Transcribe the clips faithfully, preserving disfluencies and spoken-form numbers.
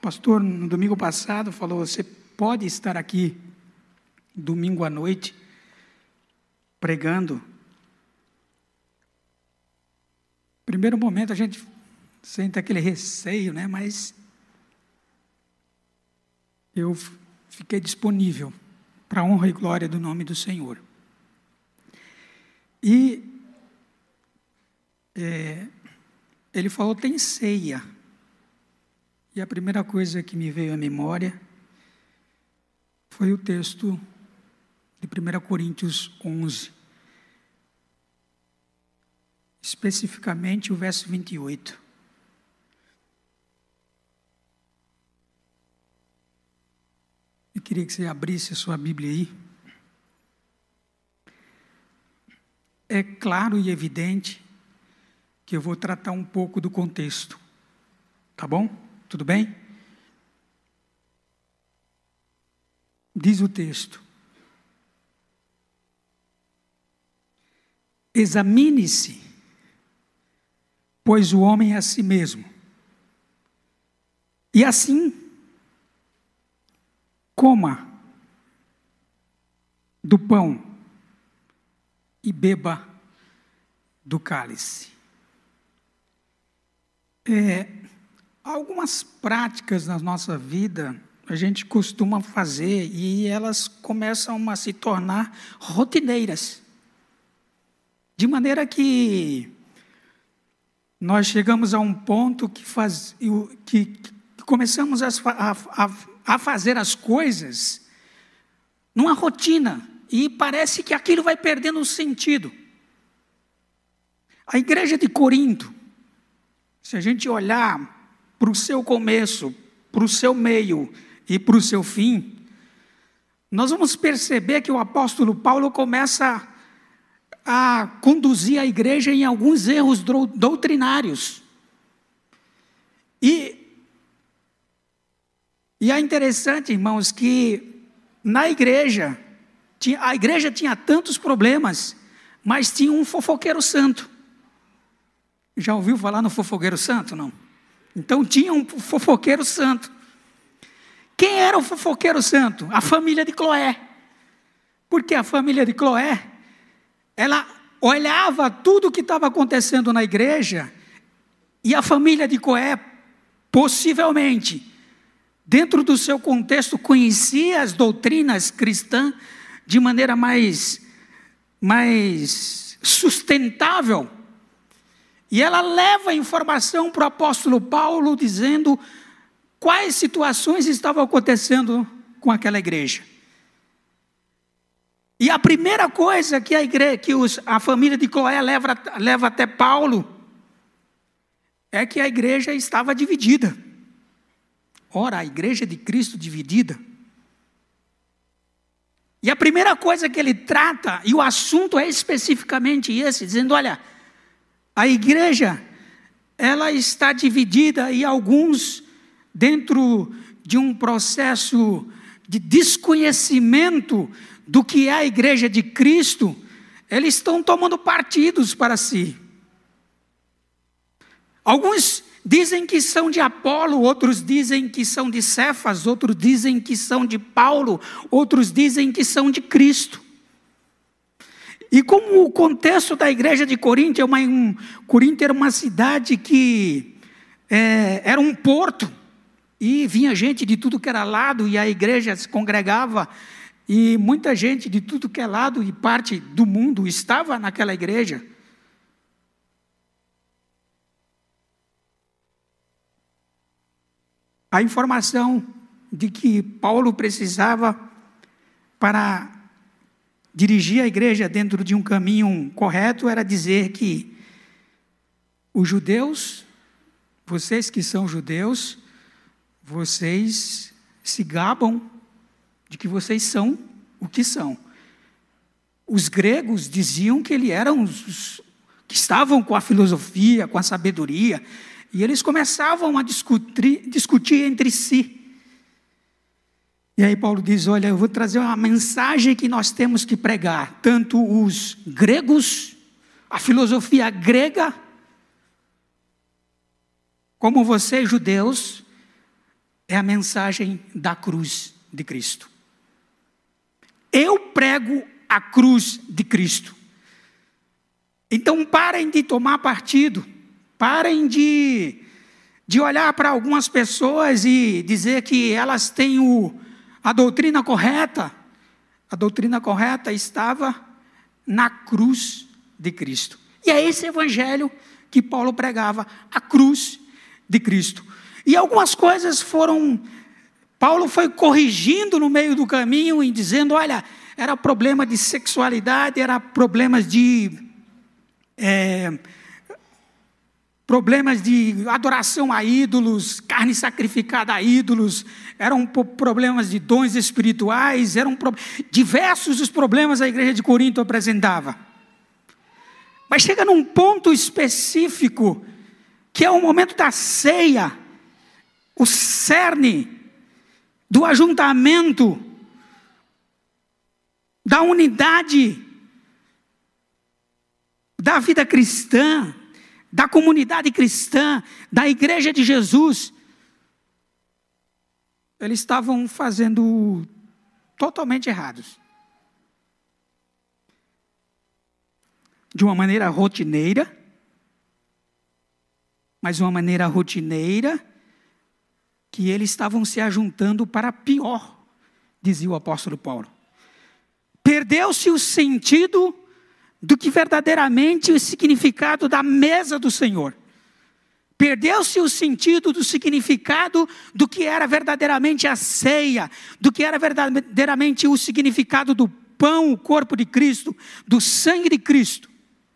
pastor, no domingo passado, falou: você pode estar aqui domingo à noite pregando. Primeiro momento a gente sente aquele receio, né? Mas eu fiquei disponível para a honra e glória do nome do Senhor. E é, ele falou: tem ceia. E a primeira coisa que me veio à memória foi o texto de primeira Coríntios onze. Especificamente o verso vinte e oito. Eu queria que você abrisse a sua Bíblia aí. É claro e evidente que eu vou tratar um pouco do contexto. Tá bom? Tudo bem? Diz o texto: examine-se, pois o homem é a si mesmo, e assim coma do pão e beba do cálice. É, algumas práticas na nossa vida a gente costuma fazer e elas começam a se tornar rotineiras, de maneira que nós chegamos a um ponto que, faz, que, que começamos a, a, a fazer as coisas numa rotina, e parece que aquilo vai perdendo sentido. A igreja de Corinto, se a gente olhar para o seu começo, para o seu meio e para o seu fim, nós vamos perceber que o apóstolo Paulo começa a conduzir a igreja em alguns erros doutrinários. E, e é interessante, irmãos, que na igreja, tinha, a igreja tinha tantos problemas, mas tinha um fofoqueiro santo. Já ouviu falar no fofoqueiro santo? Não? Então tinha um fofoqueiro santo. Quem era o fofoqueiro santo? A família de Cloé. Porque a família de Cloé, ela olhava tudo o que estava acontecendo na igreja, e a família de Cloé, possivelmente, dentro do seu contexto, conhecia as doutrinas cristãs de maneira mais, mais sustentável. E ela leva a informação para o apóstolo Paulo, dizendo quais situações estavam acontecendo com aquela igreja. E a primeira coisa que a, igreja, que os, a família de Cloé leva, leva até Paulo é que a igreja estava dividida. Ora, a igreja de Cristo dividida. E a primeira coisa que ele trata, e o assunto é especificamente esse, dizendo: olha, a igreja, ela está dividida, e alguns, dentro de um processo de desconhecimento do que é a igreja de Cristo, eles estão tomando partidos para si. Alguns dizem que são de Apolo, outros dizem que são de Cefas, outros dizem que são de Paulo, outros dizem que são de Cristo. E como o contexto da igreja de Corinto, é uma, um, Corinto era uma cidade que é, era um porto, e vinha gente de tudo que era lado, e a igreja se congregava, e muita gente de tudo que é lado e parte do mundo estava naquela igreja. A informação de que Paulo precisava para dirigir a igreja dentro de um caminho correto era dizer que os judeus, vocês que são judeus, vocês se gabam de que vocês são o que são. Os gregos diziam que eles eram os que estavam com a filosofia, com a sabedoria, e eles começavam a discutir, discutir entre si. E aí Paulo diz: olha, eu vou trazer uma mensagem que nós temos que pregar. Tanto os gregos, a filosofia grega, como vocês judeus, é a mensagem da cruz de Cristo. Eu prego a cruz de Cristo. Então parem de tomar partido, parem de, de olhar para algumas pessoas e dizer que elas têm o, a doutrina correta. A doutrina correta estava na cruz de Cristo. E é esse evangelho que Paulo pregava, a cruz de Cristo. E algumas coisas foram, Paulo foi corrigindo no meio do caminho e dizendo, olha, era problema de sexualidade, era problemas de, é, problemas de adoração a ídolos, carne sacrificada a ídolos, eram problemas de dons espirituais, eram pro, diversos os problemas a igreja de Corinto apresentava. Mas chega num ponto específico, que é o momento da ceia, o cerne do ajuntamento, da unidade, da vida cristã, da comunidade cristã, da igreja de Jesus. Eles estavam fazendo totalmente errados. De uma maneira rotineira, mas uma maneira rotineira que eles estavam se ajuntando para pior, dizia o apóstolo Paulo. Perdeu-se o sentido do que verdadeiramente o significado da mesa do Senhor. Perdeu-se o sentido do significado do que era verdadeiramente a ceia, do que era verdadeiramente o significado do pão, o corpo de Cristo, do sangue de Cristo.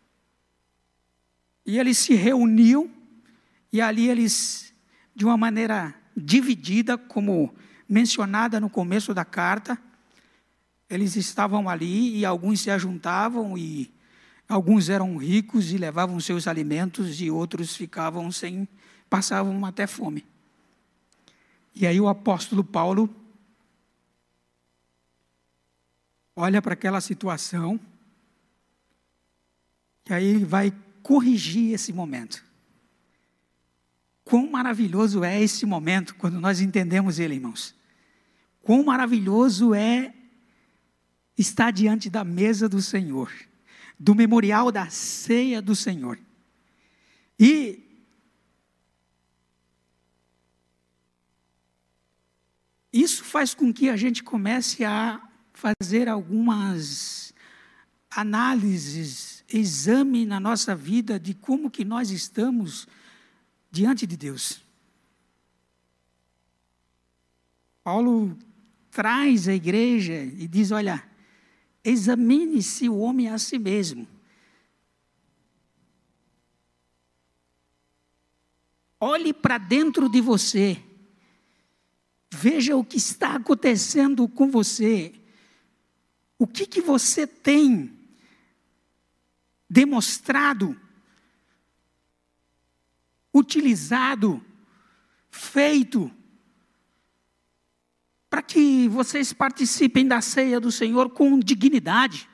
E eles se reuniam, e ali eles, de uma maneira dividida, como mencionada no começo da carta, eles estavam ali e alguns se ajuntavam e alguns eram ricos e levavam seus alimentos e outros ficavam sem, passavam até fome. E aí o apóstolo Paulo olha para aquela situação e aí ele vai corrigir esse momento. Quão maravilhoso é esse momento quando nós entendemos ele, irmãos. Quão maravilhoso é estar diante da mesa do Senhor, do memorial da ceia do Senhor. E isso faz com que a gente comece a fazer algumas análises, exame na nossa vida de como que nós estamos diante de Deus. Paulo traz a igreja e diz, olha, examine-se o homem a si mesmo. Olhe para dentro de você. Veja o que está acontecendo com você. O que, que você tem demonstrado, utilizado, feito, para que vocês participem da ceia do Senhor com dignidade.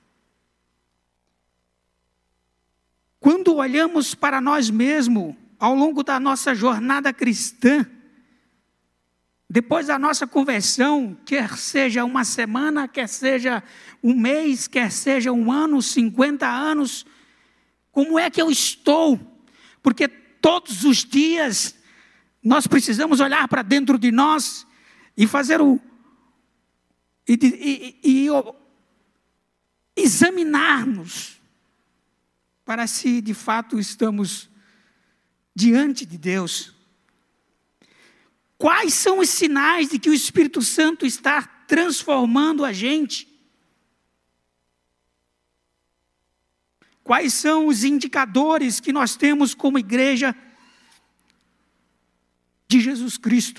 Quando olhamos para nós mesmos, ao longo da nossa jornada cristã, depois da nossa conversão, quer seja uma semana, quer seja um mês, quer seja um ano, cinquenta anos, como é que eu estou? Porque todos os dias nós precisamos olhar para dentro de nós e fazer o e, e, e, e examinar-nos para se de fato estamos diante de Deus. Quais são os sinais de que o Espírito Santo está transformando a gente? Quais são os indicadores que nós temos como igreja de Jesus Cristo?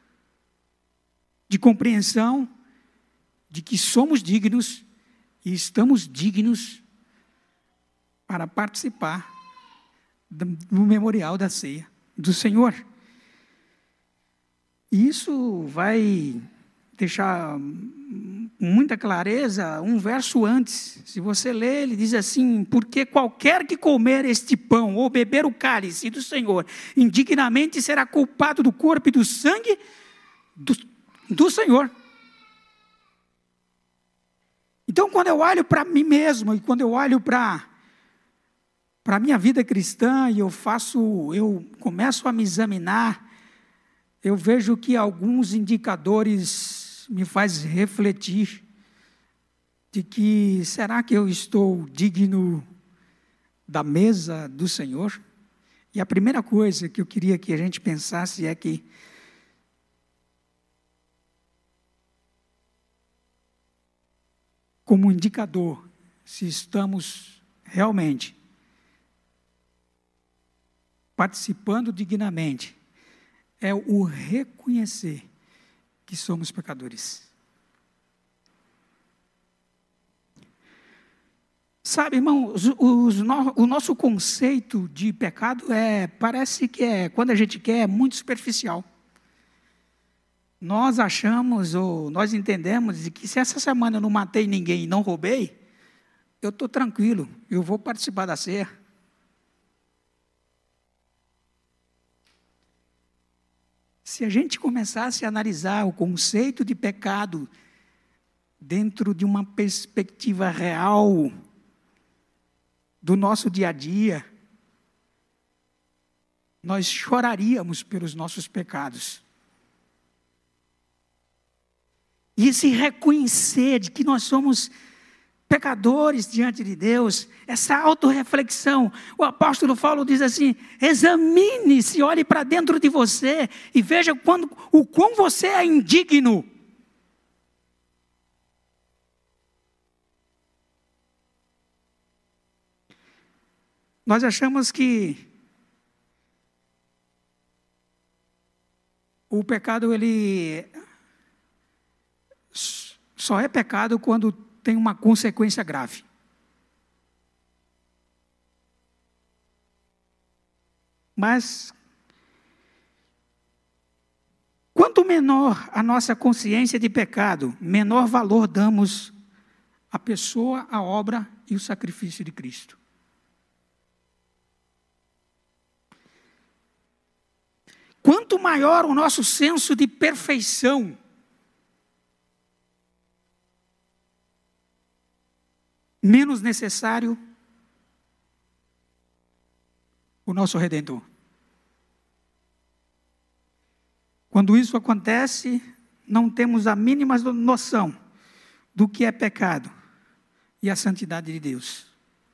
De compreensão de que somos dignos e estamos dignos para participar do memorial da ceia do Senhor. E isso vai deixar muita clareza um verso antes. Se você ler, ele diz assim: porque qualquer que comer este pão ou beber o cálice do Senhor indignamente será culpado do corpo e do sangue do, do Senhor. Então, quando eu olho para mim mesmo, e quando eu olho para para a minha vida cristã, e eu faço, eu começo a me examinar, eu vejo que alguns indicadores me fazem refletir de que, será que eu estou digno da mesa do Senhor? E a primeira coisa que eu queria que a gente pensasse é que como indicador, se estamos realmente participando dignamente, é o reconhecer que somos pecadores. Sabe, irmão, os, os, o nosso conceito de pecado é, parece que é, quando a gente quer, é muito superficial. Nós achamos, ou nós entendemos, que se essa semana eu não matei ninguém e não roubei, eu estou tranquilo, eu vou participar da ceia. Se a gente começasse a analisar o conceito de pecado dentro de uma perspectiva real do nosso dia a dia, nós choraríamos pelos nossos pecados. E se reconhecer de que nós somos pecadores diante de Deus, essa autorreflexão, o apóstolo Paulo diz assim, examine-se, olhe para dentro de você e veja quando, o quão você é indigno. Nós achamos que o pecado, ele só é pecado quando tem uma consequência grave. Mas, quanto menor a nossa consciência de pecado, menor valor damos à pessoa, à obra e o sacrifício de Cristo. Quanto maior o nosso senso de perfeição, menos necessário o nosso Redentor. Quando isso acontece, não temos a mínima noção do que é pecado e a santidade de Deus.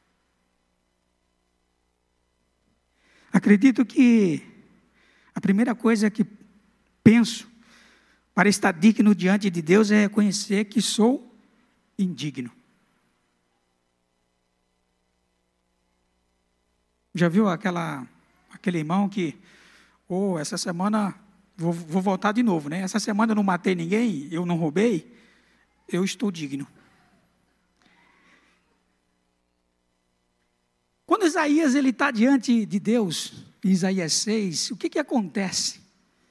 Acredito que a primeira coisa que penso para estar digno diante de Deus é reconhecer que sou indigno. Já viu aquela, aquele irmão que, oh, essa semana, vou, vou voltar de novo, né? Essa semana eu não matei ninguém, eu não roubei, eu estou digno. Quando Isaías ele está diante de Deus, em Isaías seis, o que que acontece?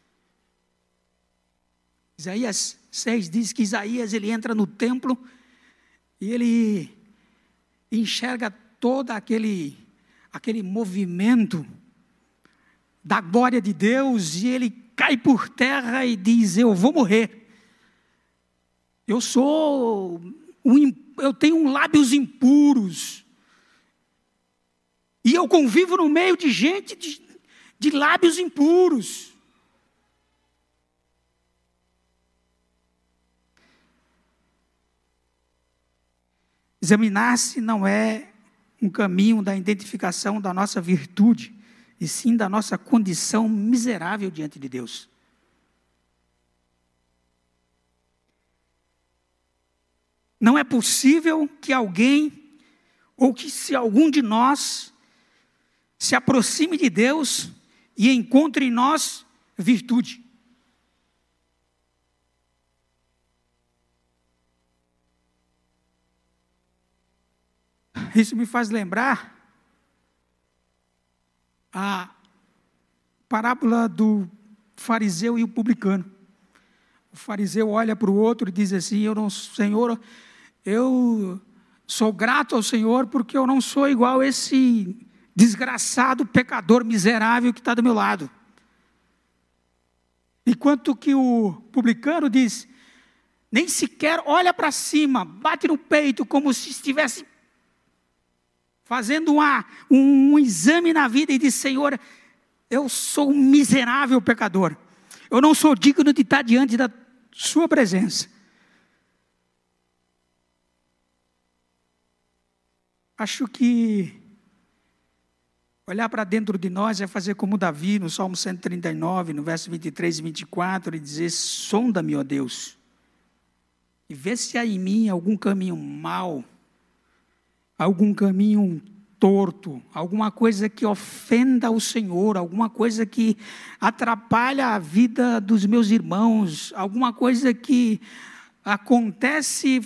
Isaías seis diz que Isaías ele entra no templo e ele enxerga todo aquele aquele movimento da glória de Deus, e ele cai por terra e diz, eu vou morrer. Eu sou, um, eu tenho um lábios impuros. E eu convivo no meio de gente de, de lábios impuros. Examinar-se não é um caminho da identificação da nossa virtude, e sim da nossa condição miserável diante de Deus. Não é possível que alguém, ou que se algum de nós, se aproxime de Deus e encontre em nós virtude. Isso me faz lembrar a parábola do fariseu e o publicano. O fariseu olha para o outro e diz assim, eu não, Senhor, eu sou grato ao Senhor porque eu não sou igual a esse desgraçado pecador miserável que está do meu lado. Enquanto que o publicano diz, nem sequer olha para cima, bate no peito como se estivesse fazendo uma, um, um exame na vida e diz, Senhor, eu sou um miserável pecador. Eu não sou digno de estar diante da sua presença. Acho que olhar para dentro de nós é fazer como Davi, no Salmo cento e trinta e nove, no verso vinte e três e vinte e quatro, e dizer, sonda-me, ó Deus, e vê se há em mim algum caminho mau, algum caminho torto, alguma coisa que ofenda o Senhor, alguma coisa que atrapalha a vida dos meus irmãos, alguma coisa que acontece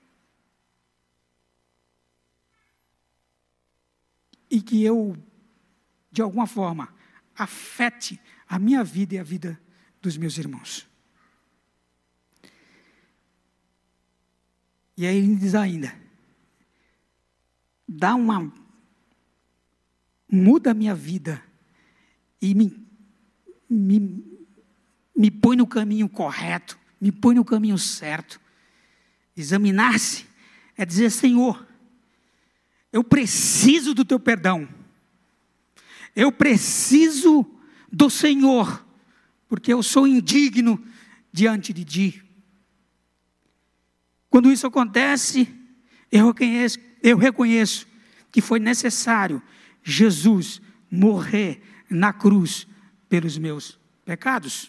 e que eu, de alguma forma, afete a minha vida e a vida dos meus irmãos. E aí ele diz ainda, dá uma, muda a minha vida e me, me, me põe no caminho correto, me põe no caminho certo. Examinar-se é dizer, Senhor, eu preciso do teu perdão. Eu preciso do Senhor, porque eu sou indigno diante de ti. Quando isso acontece, eu reconheço, eu reconheço que foi necessário Jesus morrer na cruz pelos meus pecados.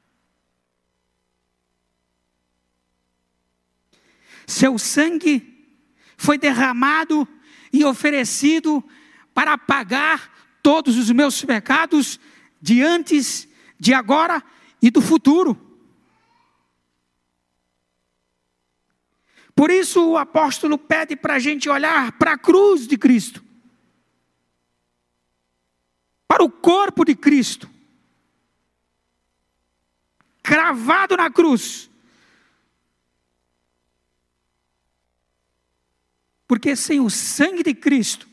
Seu sangue foi derramado e oferecido para pagar todos os meus pecados de antes, de agora e do futuro. Por isso o apóstolo pede para a gente olhar para a cruz de Cristo, para o corpo de Cristo, cravado na cruz. Porque sem o sangue de Cristo,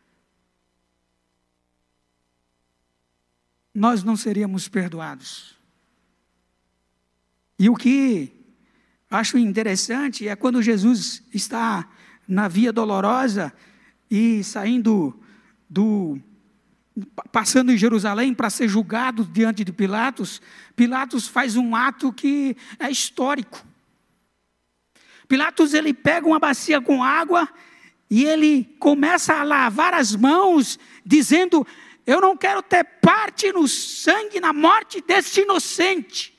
nós não seríamos perdoados. E o que acho interessante é quando Jesus está na Via Dolorosa e saindo do, passando em Jerusalém para ser julgado diante de Pilatos, Pilatos faz um ato que é histórico. Pilatos, ele pega uma bacia com água e ele começa a lavar as mãos, dizendo, eu não quero ter parte no sangue, na morte deste inocente.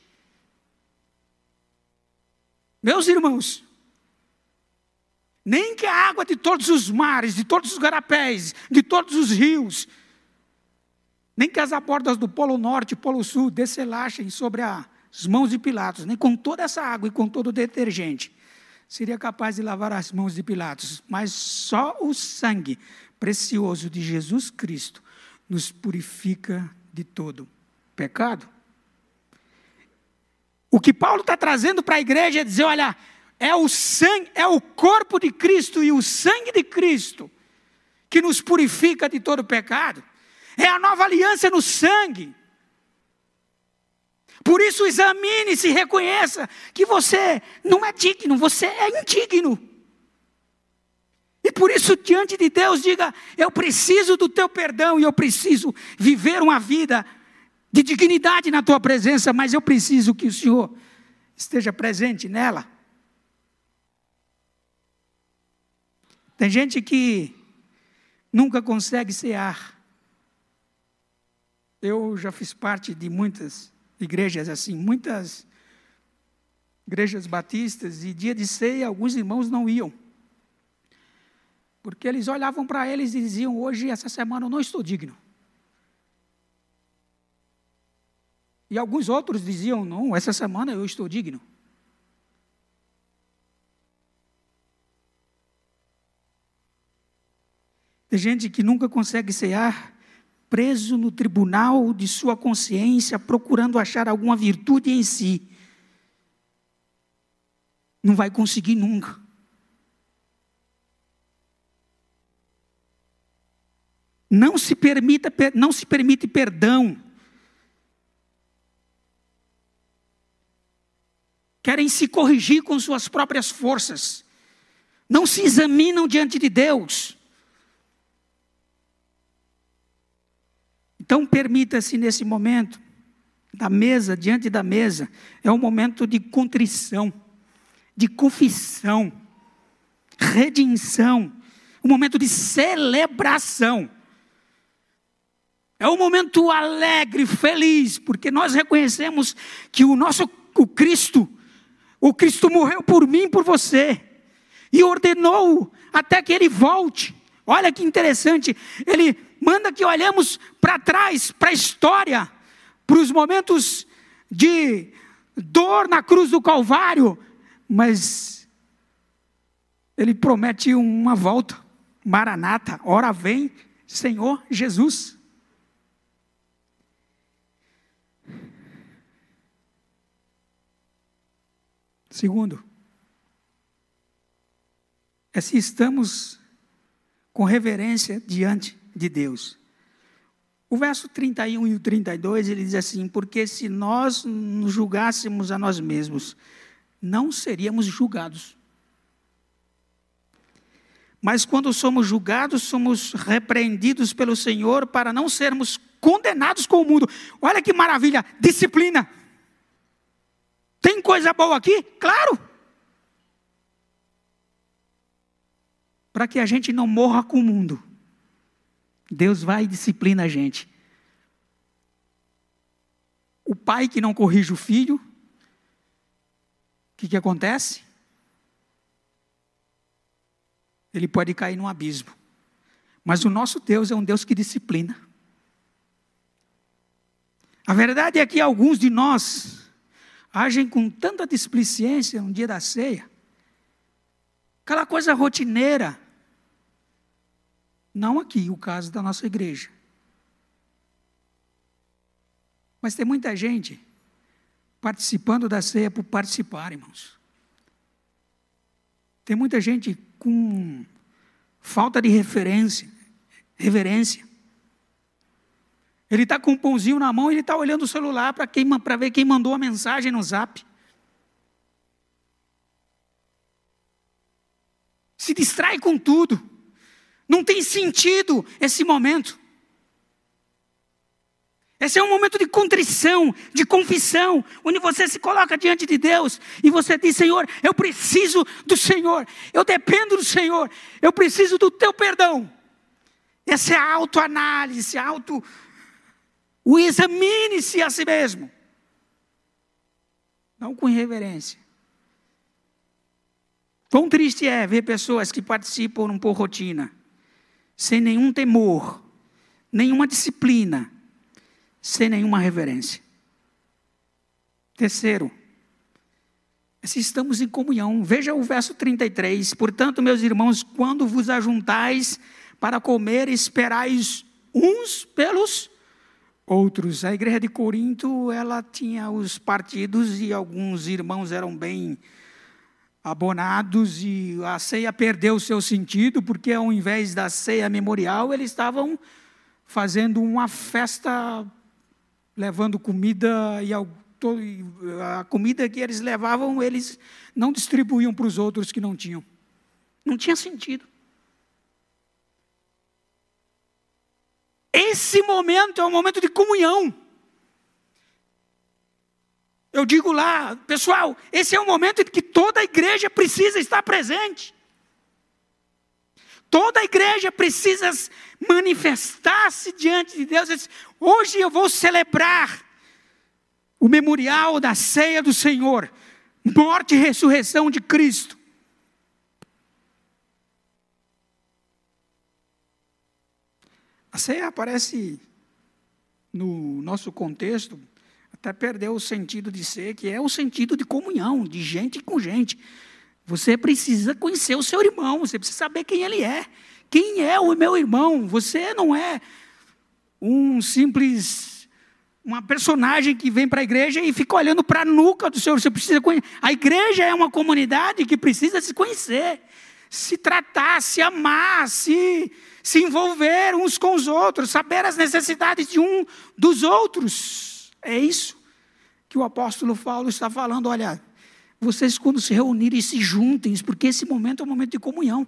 Meus irmãos, nem que a água de todos os mares, de todos os garapés, de todos os rios, nem que as abordas do Polo Norte e Polo Sul descelachem sobre as mãos de Pilatos, nem com toda essa água e com todo o detergente, seria capaz de lavar as mãos de Pilatos, mas só o sangue precioso de Jesus Cristo nos purifica de todo pecado. O que Paulo está trazendo para a igreja é dizer, olha, é o sangue, é o corpo de Cristo e o sangue de Cristo que nos purifica de todo pecado. É a nova aliança no sangue. Por isso examine-se e reconheça que você não é digno, você é indigno. E por isso diante de Deus diga, eu preciso do teu perdão e eu preciso viver uma vida de dignidade na tua presença, mas eu preciso que o Senhor esteja presente nela. Tem gente que nunca consegue cear. Eu já fiz parte de muitas igrejas assim, muitas igrejas batistas, e dia de ceia alguns irmãos não iam. Porque eles olhavam para eles e diziam, hoje, essa semana eu não estou digno. E alguns outros diziam, não, essa semana eu estou digno. Tem gente que nunca consegue cear, preso no tribunal de sua consciência, procurando achar alguma virtude em si. Não vai conseguir nunca. Não se permita, não se permite perdão. querem se corrigir com suas próprias forças, não se examinam diante de Deus. Então permita-se nesse momento, da mesa, diante da mesa, é um momento de contrição, de confissão, redenção, um momento de celebração. É um momento alegre, feliz, porque nós reconhecemos que o nosso o Cristo, o Cristo morreu por mim, por você, e ordenou até que Ele volte. Olha que interessante, Ele manda que olhemos para trás, para a história, para os momentos de dor na cruz do Calvário, mas Ele promete uma volta. Maranata, ora vem, Senhor Jesus. Segundo, é se estamos com reverência diante de Deus. O verso trinta e um e o trinta e dois, ele diz assim: porque se nós nos julgássemos a nós mesmos, não seríamos julgados. Mas quando somos julgados, somos repreendidos pelo Senhor para não sermos condenados com o mundo. Olha que maravilha, disciplina. Tem coisa boa aqui? Claro. Para que a gente não morra com o mundo, Deus vai e disciplina a gente. O pai que não corrige o filho, o que, que acontece? Ele pode cair num abismo. Mas o nosso Deus é um Deus que disciplina. A verdade é que alguns de nós agem com tanta displicência no dia da ceia, aquela coisa rotineira. Não aqui, o caso da nossa igreja. Mas tem muita gente participando da ceia por participar, irmãos. Tem muita gente com falta de referência, reverência. Ele está com um pãozinho na mão, ele está olhando o celular para quem, para ver quem mandou a mensagem no zap. Se distrai com tudo. Não tem sentido esse momento. Esse é um momento de contrição, de confissão, onde você se coloca diante de Deus e você diz: Senhor, eu preciso do Senhor, eu dependo do Senhor, eu preciso do teu perdão. Essa é a autoanálise, auto, o examine-se a si mesmo. Não com irreverência. Quão triste é ver pessoas que participam por rotina, sem nenhum temor, nenhuma disciplina, sem nenhuma reverência. Terceiro, se estamos em comunhão, veja o verso trinta e três, portanto, meus irmãos, quando vos ajuntais para comer, esperais uns pelos outros. A igreja de Corinto, ela tinha os partidos e alguns irmãos eram bem abonados e a ceia perdeu o seu sentido, porque ao invés da ceia memorial, eles estavam fazendo uma festa, levando comida, e a comida que eles levavam, eles não distribuíam para os outros que não tinham. Não tinha sentido. Esse momento é um momento de comunhão. Eu digo lá, pessoal, esse é um momento em que toda a igreja precisa estar presente. Toda a igreja precisa manifestar-se diante de Deus. Hoje eu vou celebrar o memorial da ceia do Senhor, morte e ressurreição de Cristo. A ceia aparece no nosso contexto, até perdeu o sentido de ser, que é o sentido de comunhão, de gente com gente. Você precisa conhecer o seu irmão, você precisa saber quem ele é. Quem é o meu irmão? Você não é um simples, uma personagem que vem para a igreja e fica olhando para a nuca do Senhor. Você precisa conhecer. A igreja é uma comunidade que precisa se conhecer, se tratar, se amar, se, se envolver uns com os outros, saber as necessidades de um dos outros. É isso que o apóstolo Paulo está falando. Olha, vocês quando se reunirem, se juntem, porque esse momento é um momento de comunhão.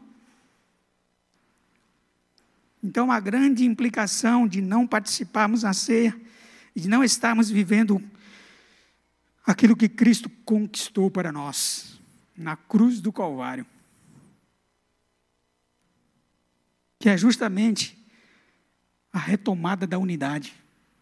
Então, a grande implicação de não participarmos da ceia e de não estarmos vivendo aquilo que Cristo conquistou para nós, na cruz do Calvário, que é justamente a retomada da unidade.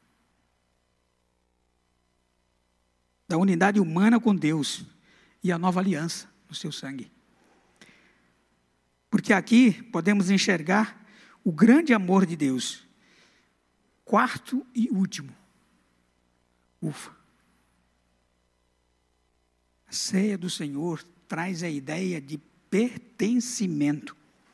Da unidade humana com Deus e a nova aliança no seu sangue. Porque aqui podemos enxergar o grande amor de Deus. Quarto e último. Ufa. A ceia do Senhor traz a ideia de pertencimento.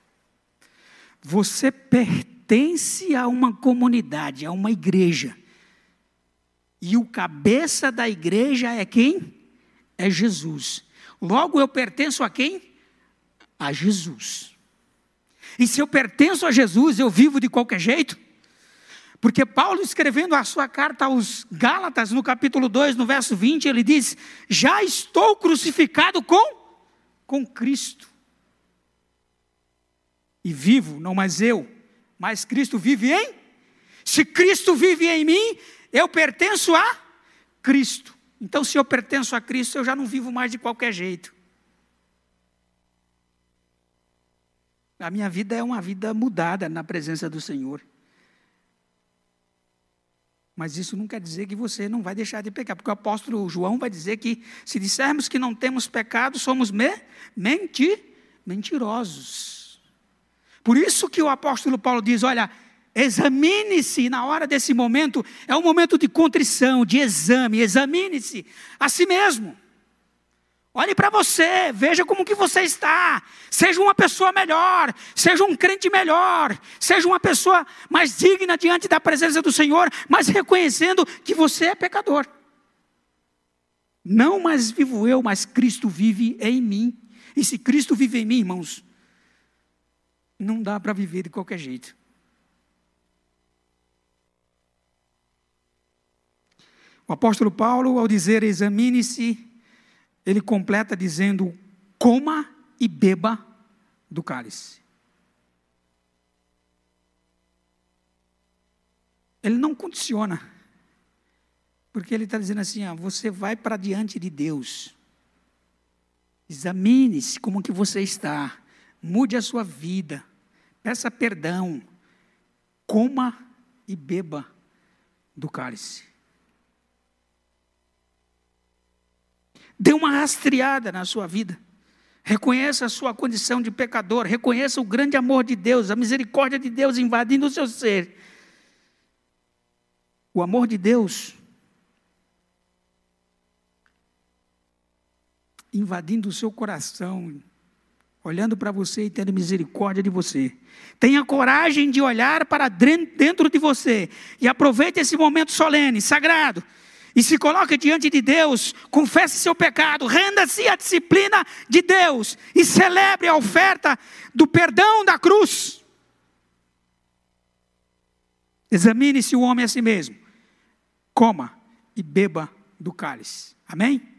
Você pertence a uma comunidade, a uma igreja. E o cabeça da igreja é quem? É Jesus. Logo eu pertenço a quem? A Jesus. E se eu pertenço a Jesus, eu vivo de qualquer jeito? Porque Paulo, escrevendo a sua carta aos Gálatas, no capítulo dois, no verso vinte, ele diz: já estou crucificado com, com Cristo. E vivo, não mais eu, mas Cristo vive em? Se Cristo vive em mim, eu pertenço a Cristo. Então, se eu pertenço a Cristo, eu já não vivo mais de qualquer jeito. A minha vida é uma vida mudada na presença do Senhor. Mas isso não quer dizer que você não vai deixar de pecar, porque o apóstolo João vai dizer que se dissermos que não temos pecado, somos me, menti, mentirosos. Por isso que o apóstolo Paulo diz, olha, examine-se na hora desse momento, é um momento de contrição, de exame, examine-se a si mesmo. Olhe para você, veja como que você está, seja uma pessoa melhor, seja um crente melhor, seja uma pessoa mais digna diante da presença do Senhor, mas reconhecendo que você é pecador. Não mais vivo eu, mas Cristo vive em mim. E se Cristo vive em mim, irmãos, não dá para viver de qualquer jeito. O apóstolo Paulo, ao dizer examine-se, ele completa dizendo, coma e beba do cálice. Ele não condiciona, porque ele está dizendo assim, ó, você vai para diante de Deus, examine-se como que você está, mude a sua vida, peça perdão, coma e beba do cálice. Dê uma rastreada na sua vida. Reconheça a sua condição de pecador. Reconheça o grande amor de Deus, a misericórdia de Deus invadindo o seu ser. O amor de Deus invadindo o seu coração, olhando para você e tendo misericórdia de você. Tenha coragem de olhar para dentro de você e aproveite esse momento solene, sagrado. E se coloque diante de Deus, confesse seu pecado, renda-se à disciplina de Deus e celebre a oferta do perdão da cruz. Examine-se o homem a si mesmo, coma e beba do cálice. Amém?